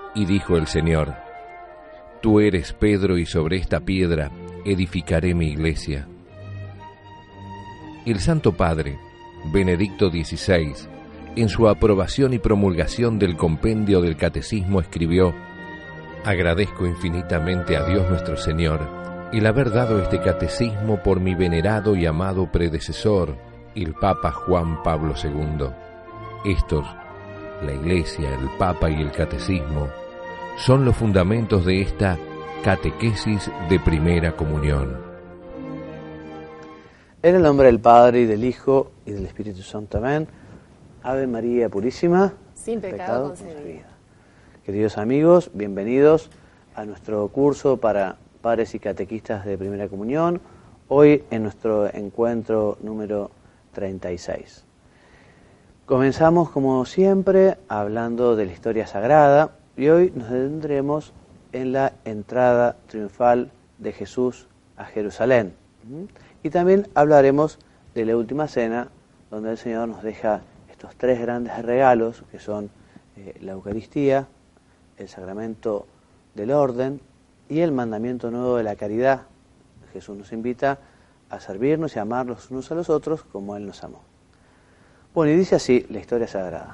Y dijo el Señor: Tú eres Pedro, y sobre esta piedra edificaré mi iglesia. El Santo Padre, Benedicto XVI, en su aprobación y promulgación del compendio del Catecismo escribió: Agradezco infinitamente a Dios nuestro Señor el haber dado este catecismo por mi venerado y amado predecesor, el Papa Juan Pablo II. Estos, la Iglesia, el Papa y el Catecismo, son los fundamentos de esta catequesis de primera comunión. En el nombre del Padre, y del Hijo, y del Espíritu Santo. Amén. Ave María Purísima, sin pecado concebida. Queridos amigos, bienvenidos a nuestro curso para padres y catequistas de primera comunión, hoy en nuestro encuentro número 36. Comenzamos, como siempre, hablando de la historia sagrada, y hoy nos detendremos en la entrada triunfal de Jesús a Jerusalén. Y también hablaremos de la última cena, donde el Señor nos deja estos tres grandes regalos, que son la Eucaristía, el sacramento del orden y el mandamiento nuevo de la caridad. Jesús nos invita a servirnos y a amar los unos a los otros como Él nos amó. Bueno, y dice así la historia sagrada.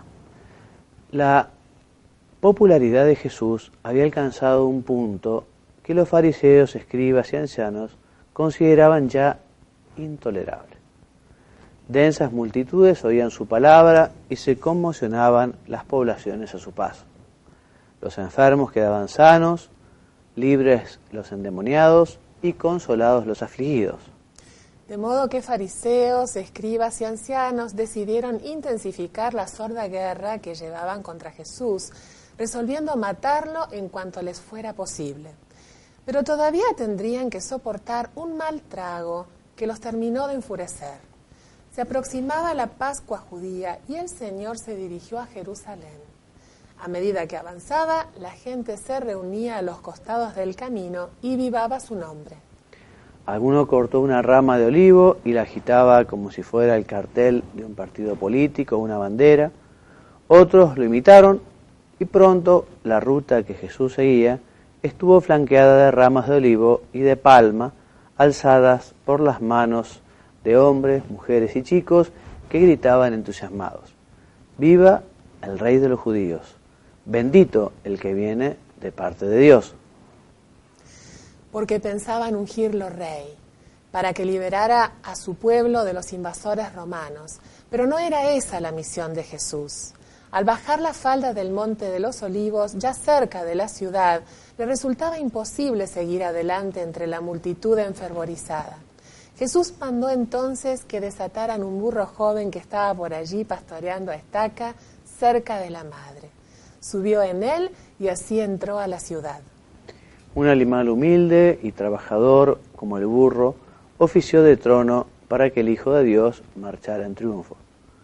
La popularidad de Jesús había alcanzado un punto que los fariseos, escribas y ancianos consideraban ya intolerable. Densas multitudes oían su palabra y se conmocionaban las poblaciones a su paso. Los enfermos quedaban sanos, libres los endemoniados y consolados los afligidos. De modo que fariseos, escribas y ancianos decidieron intensificar la sorda guerra que llevaban contra Jesús, resolviendo matarlo en cuanto les fuera posible. Pero todavía tendrían que soportar un mal trago que los terminó de enfurecer. Se aproximaba la Pascua judía y el Señor se dirigió a Jerusalén. A medida que avanzaba, la gente se reunía a los costados del camino y vivaba su nombre. Alguno cortó una rama de olivo y la agitaba como si fuera el cartel de un partido político o una bandera. Otros lo imitaron y pronto la ruta que Jesús seguía estuvo flanqueada de ramas de olivo y de palma alzadas por las manos de hombres, mujeres y chicos que gritaban entusiasmados: ¡Viva el Rey de los judíos! ¡Bendito el que viene de parte de Dios! Porque pensaban ungirlo rey, para que liberara a su pueblo de los invasores romanos. Pero no era esa la misión de Jesús. Al bajar la falda del Monte de los Olivos, ya cerca de la ciudad, le resultaba imposible seguir adelante entre la multitud enfervorizada. Jesús mandó entonces que desataran un burro joven que estaba por allí pastoreando a estaca cerca de la madre. Subió en él y así entró a la ciudad. Un animal humilde y trabajador como el burro ofició de trono para que el Hijo de Dios marchara en triunfo.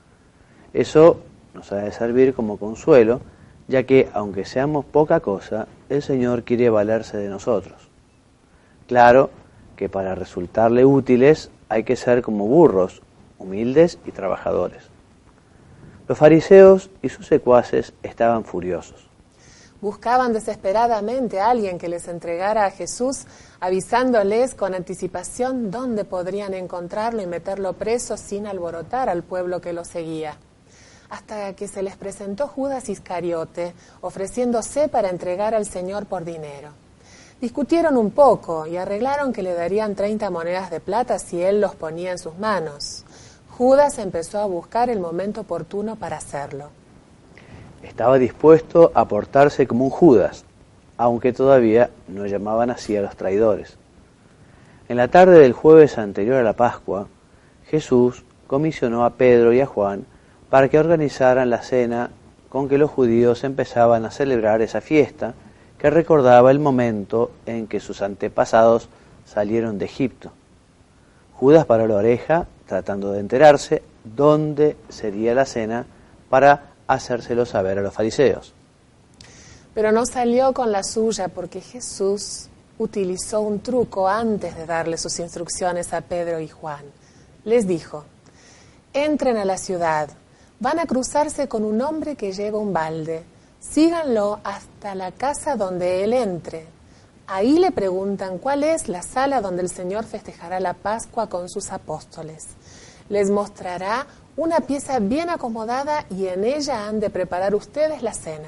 Eso nos ha de servir como consuelo, ya que, aunque seamos poca cosa, el Señor quiere valerse de nosotros. Claro que para resultarle útiles hay que ser como burros, humildes y trabajadores. Los fariseos y sus secuaces estaban furiosos. Buscaban desesperadamente a alguien que les entregara a Jesús, avisándoles con anticipación dónde podrían encontrarlo y meterlo preso sin alborotar al pueblo que lo seguía. Hasta que se les presentó Judas Iscariote, ofreciéndose para entregar al Señor por dinero. Discutieron un poco y arreglaron que le darían 30 monedas de plata si él los ponía en sus manos. Judas empezó a buscar el momento oportuno para hacerlo. Estaba dispuesto a portarse como un Judas, aunque todavía no llamaban así a los traidores. En la tarde del jueves anterior a la Pascua, Jesús comisionó a Pedro y a Juan para que organizaran la cena con que los judíos empezaban a celebrar esa fiesta que recordaba el momento en que sus antepasados salieron de Egipto. Judas paró la oreja tratando de enterarse dónde sería la cena para hacérselo saber a los fariseos. Pero no salió con la suya porque Jesús utilizó un truco antes de darle sus instrucciones a Pedro y Juan. Les dijo: entren a la ciudad, van a cruzarse con un hombre que lleva un balde. Síganlo hasta la casa donde él entre. Ahí le preguntan cuál es la sala donde el Señor festejará la Pascua con sus apóstoles. Les mostrará una pieza bien acomodada y en ella han de preparar ustedes la cena.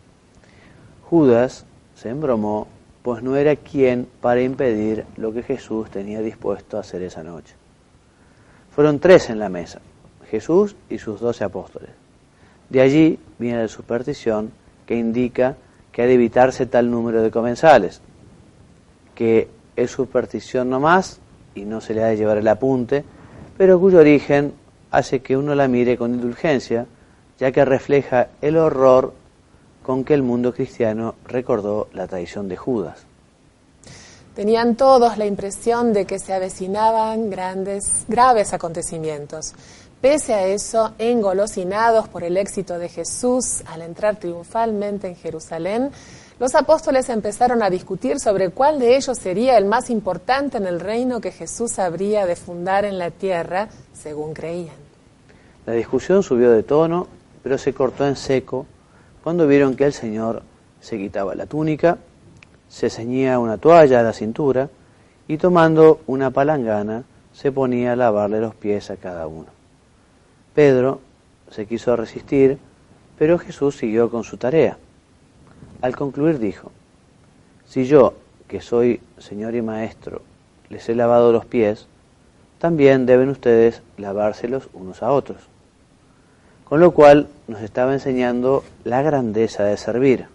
Judas se embromó, pues no era quien para impedir lo que Jesús tenía dispuesto a hacer esa noche. Fueron 3 en la mesa, Jesús y sus 12 apóstoles. De allí viene la superstición que indica que ha de evitarse tal número de comensales, que es superstición nomás y no se le ha de llevar el apunte, pero cuyo origen hace que uno la mire con indulgencia, ya que refleja el horror con que el mundo cristiano recordó la traición de Judas. Tenían todos la impresión de que se avecinaban graves acontecimientos. Pese a eso, engolosinados por el éxito de Jesús al entrar triunfalmente en Jerusalén, los apóstoles empezaron a discutir sobre cuál de ellos sería el más importante en el reino que Jesús habría de fundar en la tierra, según creían. La discusión subió de tono, pero se cortó en seco cuando vieron que el Señor se quitaba la túnica, se ceñía una toalla a la cintura y tomando una palangana se ponía a lavarle los pies a cada uno. Pedro se quiso resistir, pero Jesús siguió con su tarea. Al concluir dijo: si yo, que soy Señor y Maestro, les he lavado los pies, también deben ustedes lavárselos unos a otros. Con lo cual nos estaba enseñando la grandeza de servir.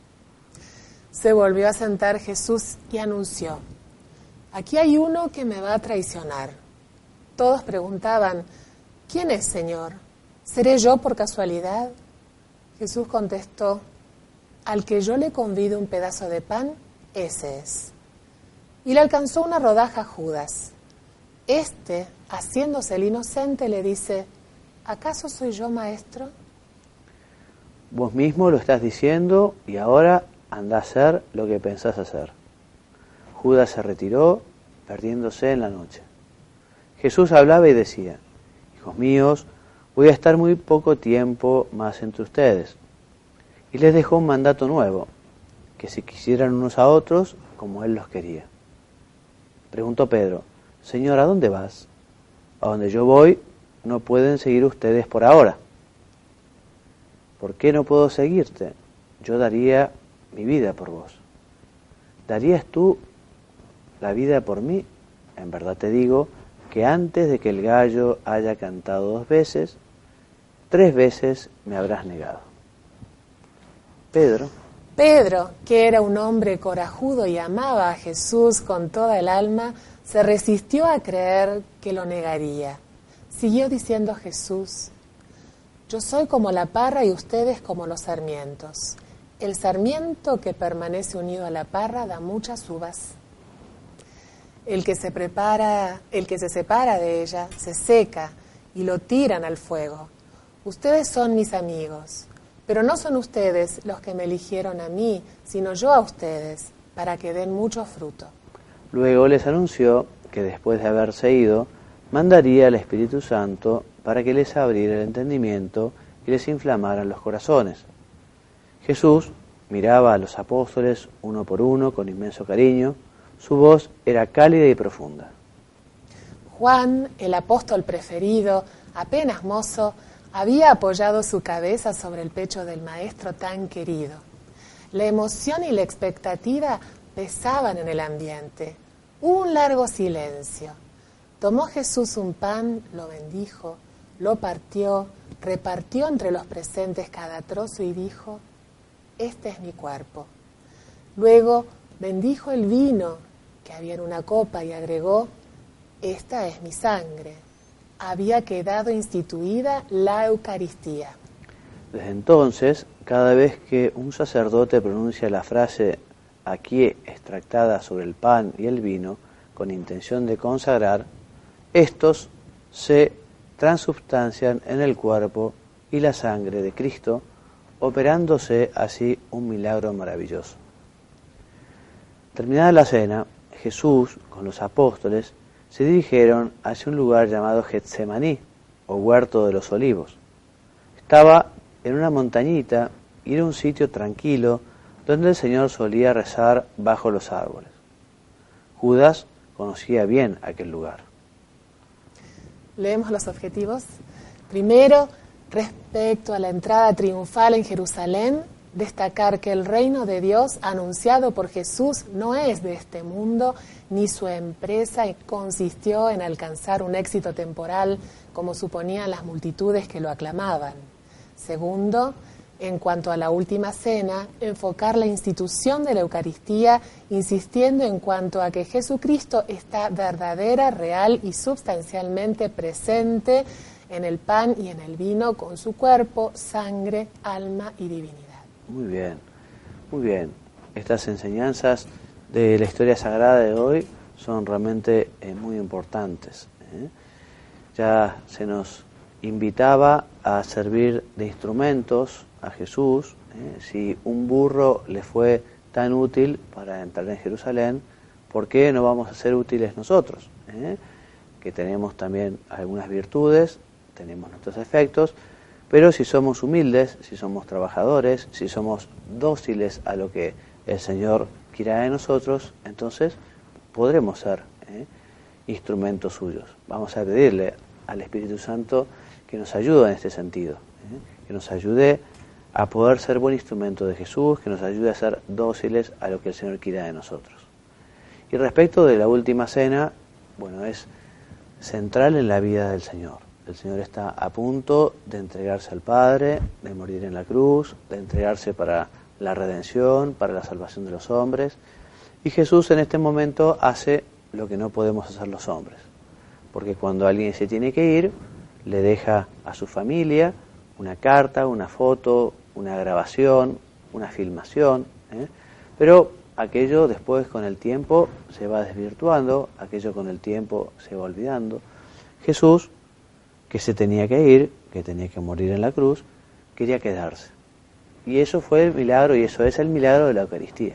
Se volvió a sentar Jesús y anunció: aquí hay uno que me va a traicionar. Todos preguntaban: ¿quién es, Señor? ¿Seré yo por casualidad? Jesús contestó: al que yo le convido un pedazo de pan, ese es. Y le alcanzó una rodaja a Judas. Este, haciéndose el inocente, le dice: ¿acaso soy yo, maestro? Vos mismo lo estás diciendo y ahora anda a hacer lo que pensás hacer. Judas se retiró, perdiéndose en la noche. Jesús hablaba y decía: hijos míos, voy a estar muy poco tiempo más entre ustedes. Y les dejó un mandato nuevo, que se quisieran unos a otros como Él los quería. Preguntó Pedro: Señor, ¿a dónde vas? A donde yo voy no pueden seguir ustedes por ahora. ¿Por qué no puedo seguirte? Yo daría mi vida por vos. ¿Darías tú la vida por mí? En verdad te digo que antes de que el gallo haya cantado 2 veces, 3 veces me habrás negado. Pedro, que era un hombre corajudo y amaba a Jesús con toda el alma, se resistió a creer que lo negaría. Siguió diciendo Jesús: yo soy como la parra y ustedes como los sarmientos. El sarmiento que permanece unido a la parra da muchas uvas. El que se separa de ella se seca y lo tiran al fuego. Ustedes son mis amigos, pero no son ustedes los que me eligieron a mí, sino yo a ustedes, para que den mucho fruto. Luego les anunció que después de haberse ido, mandaría al Espíritu Santo para que les abriera el entendimiento y les inflamaran los corazones. Jesús miraba a los apóstoles uno por uno con inmenso cariño. Su voz era cálida y profunda. Juan, el apóstol preferido, apenas mozo, había apoyado su cabeza sobre el pecho del maestro tan querido. La emoción y la expectativa pesaban en el ambiente. Hubo un largo silencio. Tomó Jesús un pan, lo bendijo, lo partió, repartió entre los presentes cada trozo y dijo: este es mi cuerpo. Luego bendijo el vino que había en una copa y agregó: esta es mi sangre. Había quedado instituida la Eucaristía. Desde entonces, cada vez que un sacerdote pronuncia la frase aquí extractada sobre el pan y el vino con intención de consagrar, estos se transubstancian en el cuerpo y la sangre de Cristo, operándose así un milagro maravilloso. Terminada la cena, Jesús con los apóstoles se dirigieron hacia un lugar llamado Getsemaní, o Huerto de los Olivos. Estaba en una montañita y era un sitio tranquilo donde el Señor solía rezar bajo los árboles. Judas conocía bien aquel lugar. Leemos los objetivos. Primero, respecto a la entrada triunfal en Jerusalén, destacar que el reino de Dios anunciado por Jesús no es de este mundo, ni su empresa consistió en alcanzar un éxito temporal como suponían las multitudes que lo aclamaban. Segundo, en cuanto a la última cena, enfocar la institución de la Eucaristía, insistiendo en cuanto a que Jesucristo está verdadera, real y sustancialmente presente en el pan y en el vino con su cuerpo, sangre, alma y divinidad. Muy bien, muy bien. Estas enseñanzas de la historia sagrada de hoy son realmente muy importantes. Ya se nos invitaba a servir de instrumentos a Jesús. Si un burro le fue tan útil para entrar en Jerusalén, ¿por qué no vamos a ser útiles nosotros? Que tenemos también algunas virtudes, tenemos nuestros efectos, pero si somos humildes, si somos trabajadores, si somos dóciles a lo que el Señor quiera de nosotros, entonces podremos ser instrumentos suyos. Vamos a pedirle al Espíritu Santo que nos ayude en este sentido, que nos ayude a poder ser buen instrumento de Jesús, que nos ayude a ser dóciles a lo que el Señor quiera de nosotros. Y respecto de la última cena, bueno, es central en la vida del Señor. El Señor está a punto de entregarse al Padre, de morir en la cruz, de entregarse para la redención, para la salvación de los hombres. Y Jesús en este momento hace lo que no podemos hacer los hombres. Porque cuando alguien se tiene que ir, le deja a su familia una carta, una foto, una grabación, una filmación. Pero aquello después con el tiempo se va desvirtuando, aquello con el tiempo se va olvidando. Jesús, que se tenía que ir, que tenía que morir en la cruz, quería quedarse. Y eso fue el milagro, y eso es el milagro de la Eucaristía.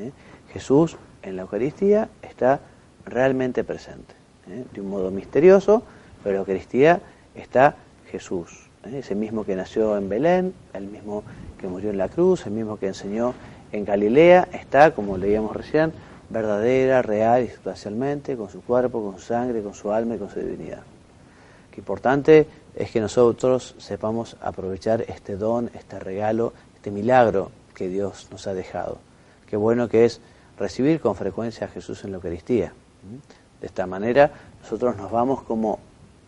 Jesús en la Eucaristía está realmente presente. De un modo misterioso, pero en la Eucaristía está Jesús. Ese mismo que nació en Belén, el mismo que murió en la cruz, el mismo que enseñó en Galilea, está, como leíamos recién, verdadera, real y sustancialmente, con su cuerpo, con su sangre, con su alma y con su divinidad. Lo importante es que nosotros sepamos aprovechar este don, este regalo, este milagro que Dios nos ha dejado. Qué bueno que es recibir con frecuencia a Jesús en la Eucaristía. De esta manera nosotros nos vamos como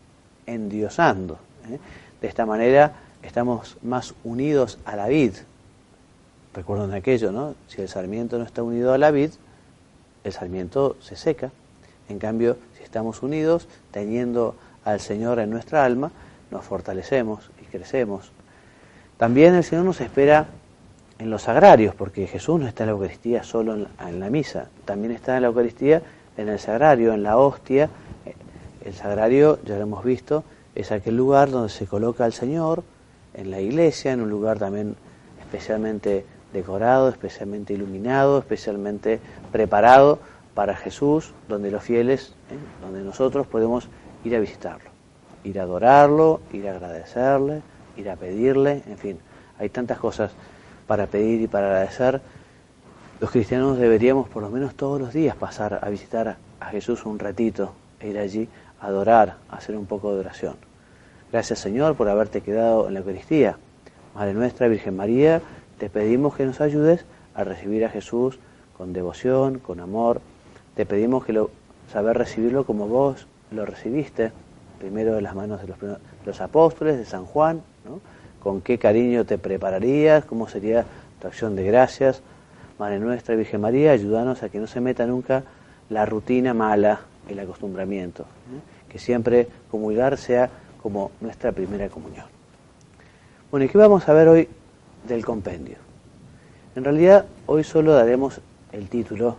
endiosando. De esta manera estamos más unidos a la vid. Recuerden aquello, ¿no? Si el sarmiento no está unido a la vid, el sarmiento se seca. En cambio, si estamos unidos, teniendo al Señor en nuestra alma, nos fortalecemos y crecemos. También el Señor nos espera en los sagrarios, porque Jesús no está en la Eucaristía solo en la misa, también está en la Eucaristía en el sagrario, en la hostia. El sagrario, ya lo hemos visto, es aquel lugar donde se coloca al Señor, en la iglesia, en un lugar también especialmente decorado, especialmente iluminado, especialmente preparado para Jesús, donde los fieles, donde nosotros podemos ir a visitarlo, ir a adorarlo, ir a agradecerle, ir a pedirle, en fin, hay tantas cosas para pedir y para agradecer. Los cristianos deberíamos por lo menos todos los días pasar a visitar a Jesús un ratito e ir allí a adorar, a hacer un poco de oración. Gracias, Señor, por haberte quedado en la Eucaristía. Madre nuestra, Virgen María, te pedimos que nos ayudes a recibir a Jesús con devoción, con amor. Te pedimos que saber recibirlo como vos lo recibiste, primero de las manos de los apóstoles, de San Juan, ¿no? Con qué cariño te prepararías, cómo sería tu acción de gracias. Madre nuestra, Virgen María, ayúdanos a que no se meta nunca la rutina mala, el acostumbramiento, que siempre comulgar sea como nuestra primera comunión. Bueno, ¿y qué vamos a ver hoy del compendio? En realidad, hoy solo daremos el título,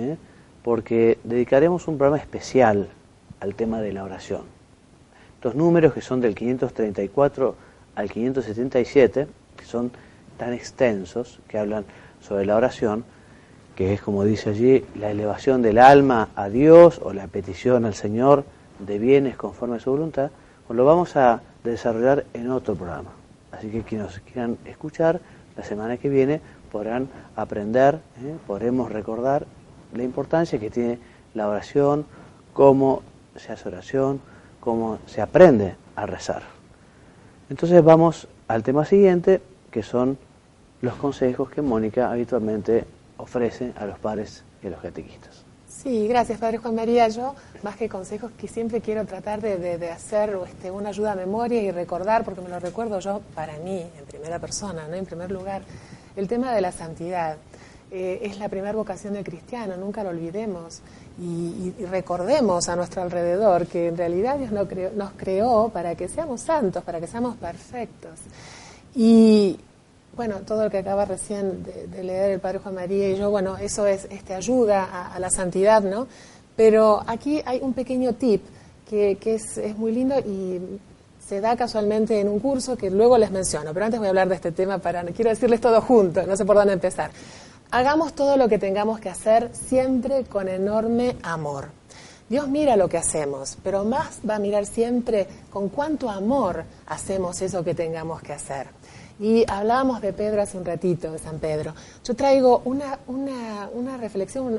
porque dedicaremos un programa especial al tema de la oración. Estos números que son del 534 al 577, que son tan extensos, que hablan sobre la oración, que es, como dice allí, la elevación del alma a Dios o la petición al Señor de bienes conforme a su voluntad, pues lo vamos a desarrollar en otro programa. Así que quienes quieran escuchar, la semana que viene podrán aprender, podremos recordar la importancia que tiene la oración, cómo se hace oración, cómo se aprende a rezar. Entonces vamos al tema siguiente, que son los consejos que Mónica habitualmente ofrece a los padres y a los catequistas. Sí, gracias, Padre Juan María. Yo, más que consejos, que siempre quiero tratar de hacer una ayuda a memoria y recordar, porque me lo recuerdo yo para mí, en primera persona, ¿no? En primer lugar, el tema de la santidad. Es la primera vocación del cristiano, nunca lo olvidemos. Y recordemos a nuestro alrededor que en realidad Dios nos creó para que seamos santos, para que seamos perfectos. Y bueno, todo lo que acaba recién de leer el Padre Juan María y yo, bueno, eso es ayuda a la santidad, ¿no? Pero aquí hay un pequeño tip que es muy lindo y se da casualmente en un curso que luego les menciono, pero antes voy a hablar de este tema quiero decirles todo junto, no sé por dónde empezar. Hagamos todo lo que tengamos que hacer siempre con enorme amor. Dios mira lo que hacemos, pero más va a mirar siempre con cuánto amor hacemos eso que tengamos que hacer. Y hablábamos de Pedro hace un ratito, de San Pedro. Yo traigo una reflexión,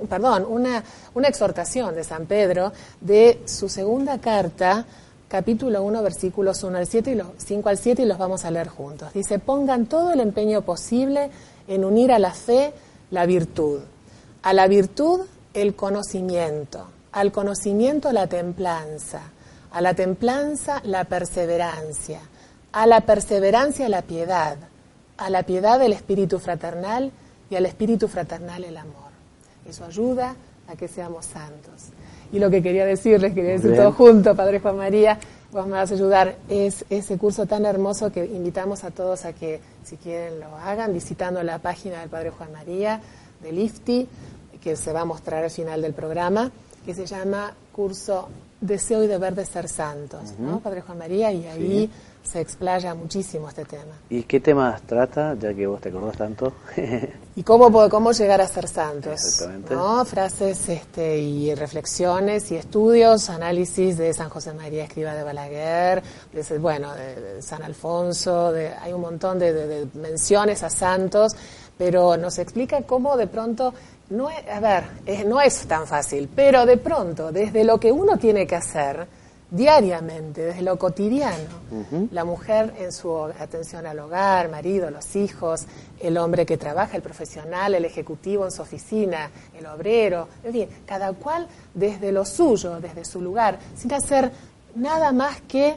una exhortación de San Pedro de su segunda carta, capítulo 1, versículos 1 al 7 y 5 al 7, y los vamos a leer juntos. Dice: pongan todo el empeño posible en unir a la fe la virtud, a la virtud el conocimiento, al conocimiento la templanza, a la templanza la perseverancia, a la perseverancia la piedad, a la piedad el espíritu fraternal y al espíritu fraternal el amor. Eso ayuda a que seamos santos. Y lo que quería decir todo junto, Padre Juan María, vos me vas a ayudar, es ese curso tan hermoso que invitamos a todos a que, si quieren, lo hagan visitando la página del Padre Juan María, del IFTI, que se va a mostrar al final del programa, que se llama Curso Deseo y Deber de Ser Santos, ¿no, Padre Juan María? Y ahí se explaya muchísimo este tema. ¿Y qué temas trata, ya que vos te acordás tanto? Y cómo llegar a ser santos. Exactamente. ¿No? Frases y reflexiones y estudios, análisis de San José María Escrivá de Balaguer, de San Alfonso, hay un montón de menciones a santos, pero nos explica cómo de pronto, no es tan fácil, pero de pronto, desde lo que uno tiene que hacer diariamente, desde lo cotidiano, la mujer en su atención al hogar, marido, los hijos, el hombre que trabaja, el profesional, el ejecutivo en su oficina, el obrero, en fin, cada cual desde lo suyo, desde su lugar, sin hacer nada más que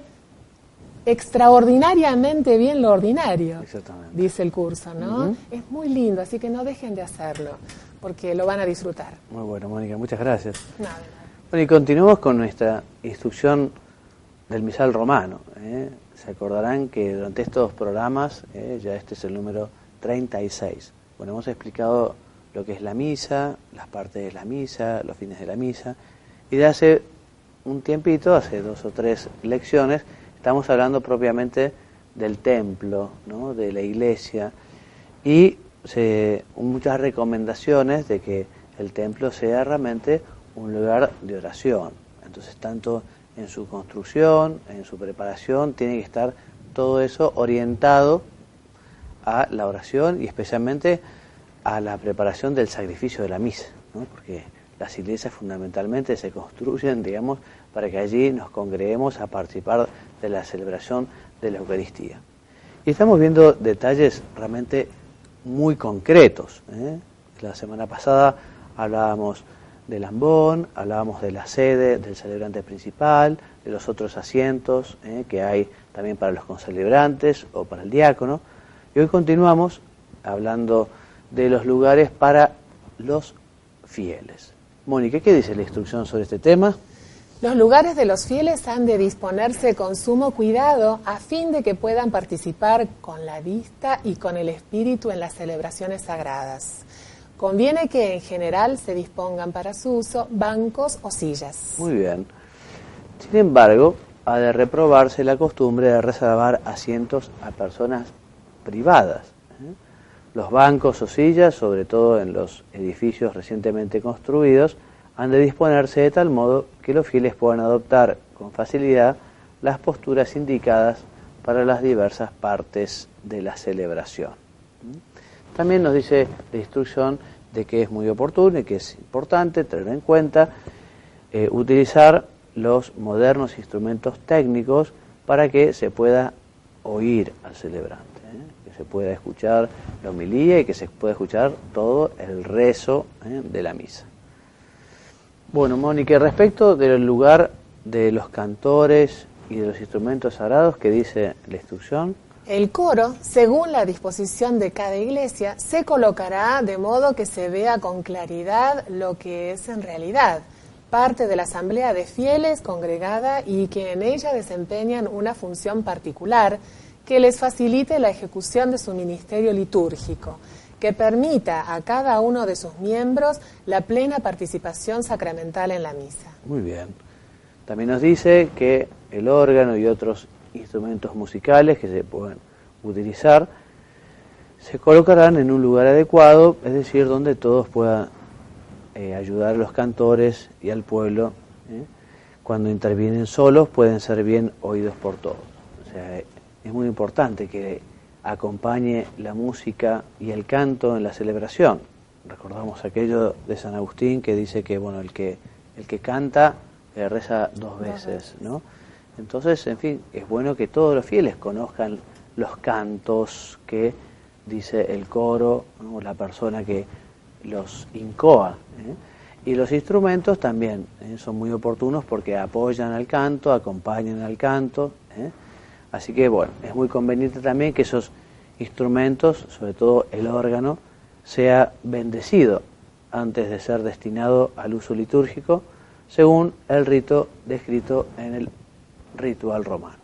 extraordinariamente bien lo ordinario. Exactamente. Dice el curso, ¿no? Es muy lindo, así que no dejen de hacerlo, porque lo van a disfrutar. Muy bueno, Mónica, muchas gracias. Nada. Bueno, y continuamos con nuestra instrucción del misal romano. Se acordarán que durante estos programas, ya este es el número 36, bueno, hemos explicado lo que es la misa, las partes de la misa, los fines de la misa, y de hace un tiempito, hace 2 o 3 lecciones, estamos hablando propiamente del templo, ¿no? De la iglesia, y muchas recomendaciones de que el templo sea realmente un lugar de oración. Entonces, tanto en su construcción, en su preparación, tiene que estar todo eso orientado a la oración y especialmente a la preparación del sacrificio de la misa, ¿no? Porque las iglesias fundamentalmente se construyen, digamos, para que allí nos congreguemos a participar de la celebración de la Eucaristía. Y estamos viendo detalles realmente muy concretos. La semana pasada hablábamos del ambón, hablábamos de la sede del celebrante principal, de los otros asientos que hay también para los concelebrantes o para el diácono. Y hoy continuamos hablando de los lugares para los fieles. Mónica, ¿qué dice la instrucción sobre este tema? Los lugares de los fieles han de disponerse con sumo cuidado a fin de que puedan participar con la vista y con el espíritu en las celebraciones sagradas. Conviene que en general se dispongan para su uso bancos o sillas. Muy bien. Sin embargo, ha de reprobarse la costumbre de reservar asientos a personas privadas. Los bancos o sillas, sobre todo en los edificios recientemente construidos, han de disponerse de tal modo que los fieles puedan adoptar con facilidad las posturas indicadas para las diversas partes de la celebración. También nos dice la instrucción de que es muy oportuno y que es importante tener en cuenta utilizar los modernos instrumentos técnicos para que se pueda oír al celebrante, que se pueda escuchar la homilía y que se pueda escuchar todo el rezo de la misa. Bueno, Mónica, respecto del lugar de los cantores y de los instrumentos sagrados, ¿qué dice la instrucción? El coro, según la disposición de cada iglesia, se colocará de modo que se vea con claridad lo que es en realidad parte de la asamblea de fieles congregada y que en ella desempeñan una función particular que les facilite la ejecución de su ministerio litúrgico, que permita a cada uno de sus miembros la plena participación sacramental en la misa. Muy bien. También nos dice que el órgano y otros instrumentos musicales que se pueden utilizar se colocarán en un lugar adecuado, es decir, donde todos puedan ayudar a los cantores y al pueblo. Cuando intervienen solos pueden ser bien oídos por todos. O sea, es muy importante que acompañe la música y el canto en la celebración. Recordamos aquello de San Agustín que dice que bueno, el que canta reza dos veces, ¿no? Entonces, en fin, es bueno que todos los fieles conozcan los cantos que dice el coro, ¿no? La persona que los incoa, y los instrumentos también son muy oportunos porque apoyan al canto, acompañan al canto, así que bueno, es muy conveniente también que esos instrumentos, sobre todo el órgano, sea bendecido antes de ser destinado al uso litúrgico, según el rito descrito en el ritual romano.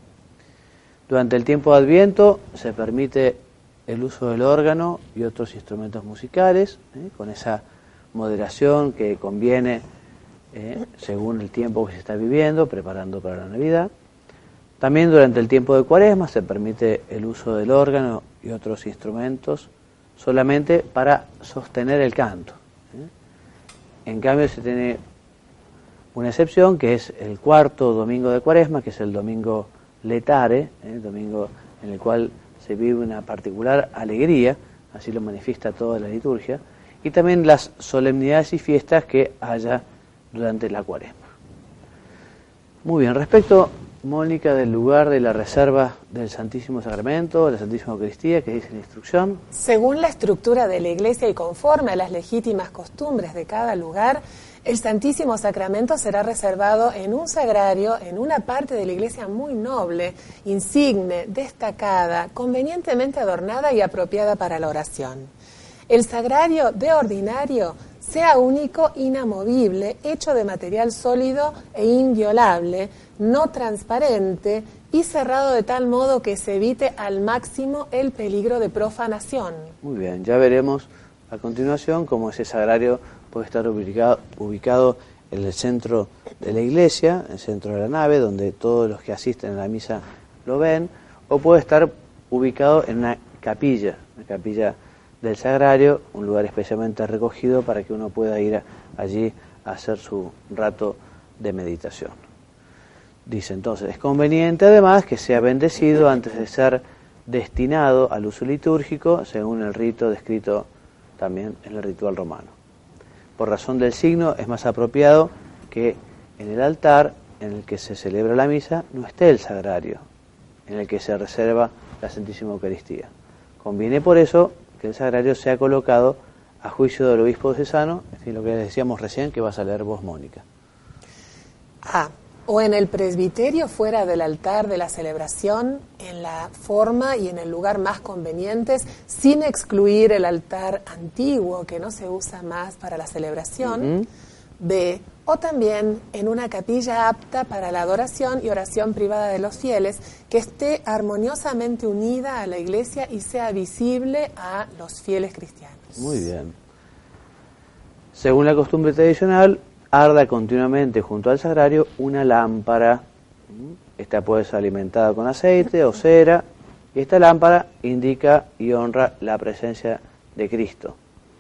Durante el tiempo de Adviento se permite el uso del órgano y otros instrumentos musicales, con esa moderación que conviene según el tiempo que se está viviendo, preparando para la Navidad. También durante el tiempo de Cuaresma se permite el uso del órgano y otros instrumentos solamente para sostener el canto. En cambio se tiene una excepción que es el cuarto domingo de Cuaresma, que es el domingo letare, el domingo en el cual se vive una particular alegría, así lo manifiesta toda la liturgia, y también las solemnidades y fiestas que haya durante la Cuaresma. Muy bien, respecto, Mónica, del lugar de la reserva del Santísimo Sacramento, de la Santísima Eucaristía, que dice la instrucción. Según la estructura de la Iglesia y conforme a las legítimas costumbres de cada lugar, el Santísimo Sacramento será reservado en un sagrario, en una parte de la iglesia muy noble, insigne, destacada, convenientemente adornada y apropiada para la oración. El sagrario de ordinario sea único, inamovible, hecho de material sólido e inviolable, no transparente y cerrado de tal modo que se evite al máximo el peligro de profanación. Muy bien, ya veremos a continuación cómo ese sagrario puede estar ubicado en el centro de la iglesia, en el centro de la nave, donde todos los que asisten a la misa lo ven, o puede estar ubicado en una capilla del sagrario, un lugar especialmente recogido para que uno pueda ir allí a hacer su rato de meditación. Dice entonces, es conveniente además que sea bendecido antes de ser destinado al uso litúrgico, según el rito descrito también en el ritual romano. Por razón del signo, es más apropiado que en el altar en el que se celebra la misa no esté el sagrario, en el que se reserva la Santísima Eucaristía. Conviene por eso que el sagrario sea colocado a juicio del obispo diocesano, en fin, lo que les decíamos recién, que vas a leer vos, Mónica. O en el presbiterio fuera del altar de la celebración, en la forma y en el lugar más convenientes, sin excluir el altar antiguo que no se usa más para la celebración. B. O también en una capilla apta para la adoración y oración privada de los fieles, que esté armoniosamente unida a la iglesia y sea visible a los fieles cristianos. Muy bien. Según la costumbre tradicional, arda continuamente junto al sagrario una lámpara. Esta puede ser alimentada con aceite o cera, y esta lámpara indica y honra la presencia de Cristo.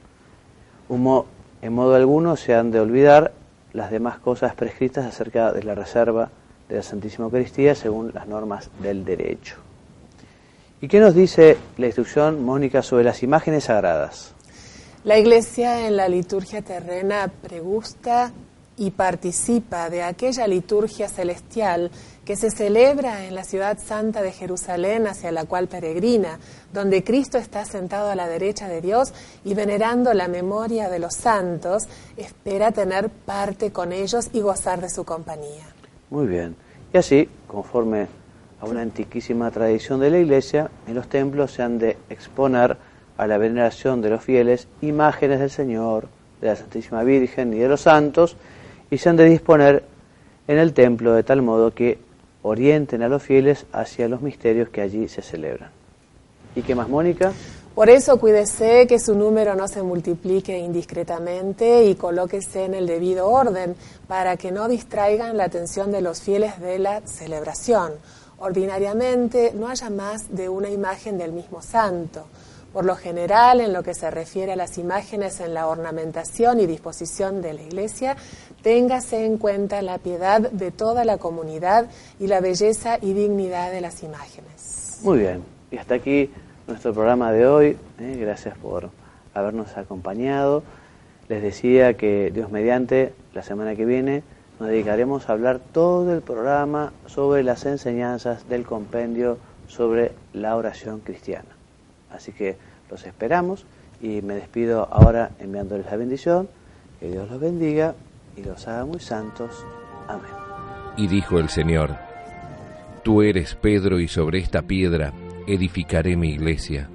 En modo alguno se han de olvidar las demás cosas prescritas acerca de la reserva de la Santísima Eucaristía según las normas del derecho. ¿Y qué nos dice la instrucción, Mónica, sobre las imágenes sagradas? La Iglesia en la liturgia terrena pregusta y participa de aquella liturgia celestial que se celebra en la ciudad santa de Jerusalén, hacia la cual peregrina, donde Cristo está sentado a la derecha de Dios y venerando la memoria de los santos, espera tener parte con ellos y gozar de su compañía. Muy bien. Y así, conforme a una antiquísima tradición de la Iglesia, en los templos se han de exponer a la veneración de los fieles imágenes del Señor, de la Santísima Virgen y de los santos, y se han de disponer en el templo de tal modo que orienten a los fieles hacia los misterios que allí se celebran. ¿Y qué más, Mónica? Por eso cuídese que su número no se multiplique indiscretamente y colóquese en el debido orden para que no distraigan la atención de los fieles de la celebración. Ordinariamente no haya más de una imagen del mismo santo. Por lo general, en lo que se refiere a las imágenes en la ornamentación y disposición de la Iglesia, téngase en cuenta la piedad de toda la comunidad y la belleza y dignidad de las imágenes. Muy bien, y hasta aquí nuestro programa de hoy. Gracias por habernos acompañado. Les decía que Dios mediante, la semana que viene nos dedicaremos a hablar todo el programa sobre las enseñanzas del compendio sobre la oración cristiana. Así que los esperamos y me despido ahora enviándoles la bendición. Que Dios los bendiga y los haga muy santos. Amén. Y dijo el Señor: Tú eres Pedro, y sobre esta piedra edificaré mi iglesia.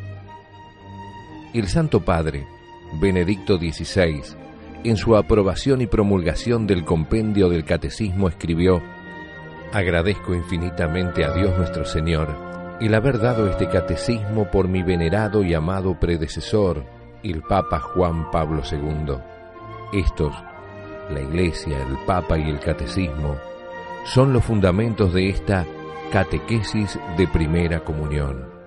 El Santo Padre, Benedicto XVI, en su aprobación y promulgación del compendio del Catecismo escribió: Agradezco infinitamente a Dios nuestro Señor el haber dado este catecismo por mi venerado y amado predecesor, el Papa Juan Pablo II. Estos, la Iglesia, el Papa y el Catecismo, son los fundamentos de esta catequesis de primera comunión.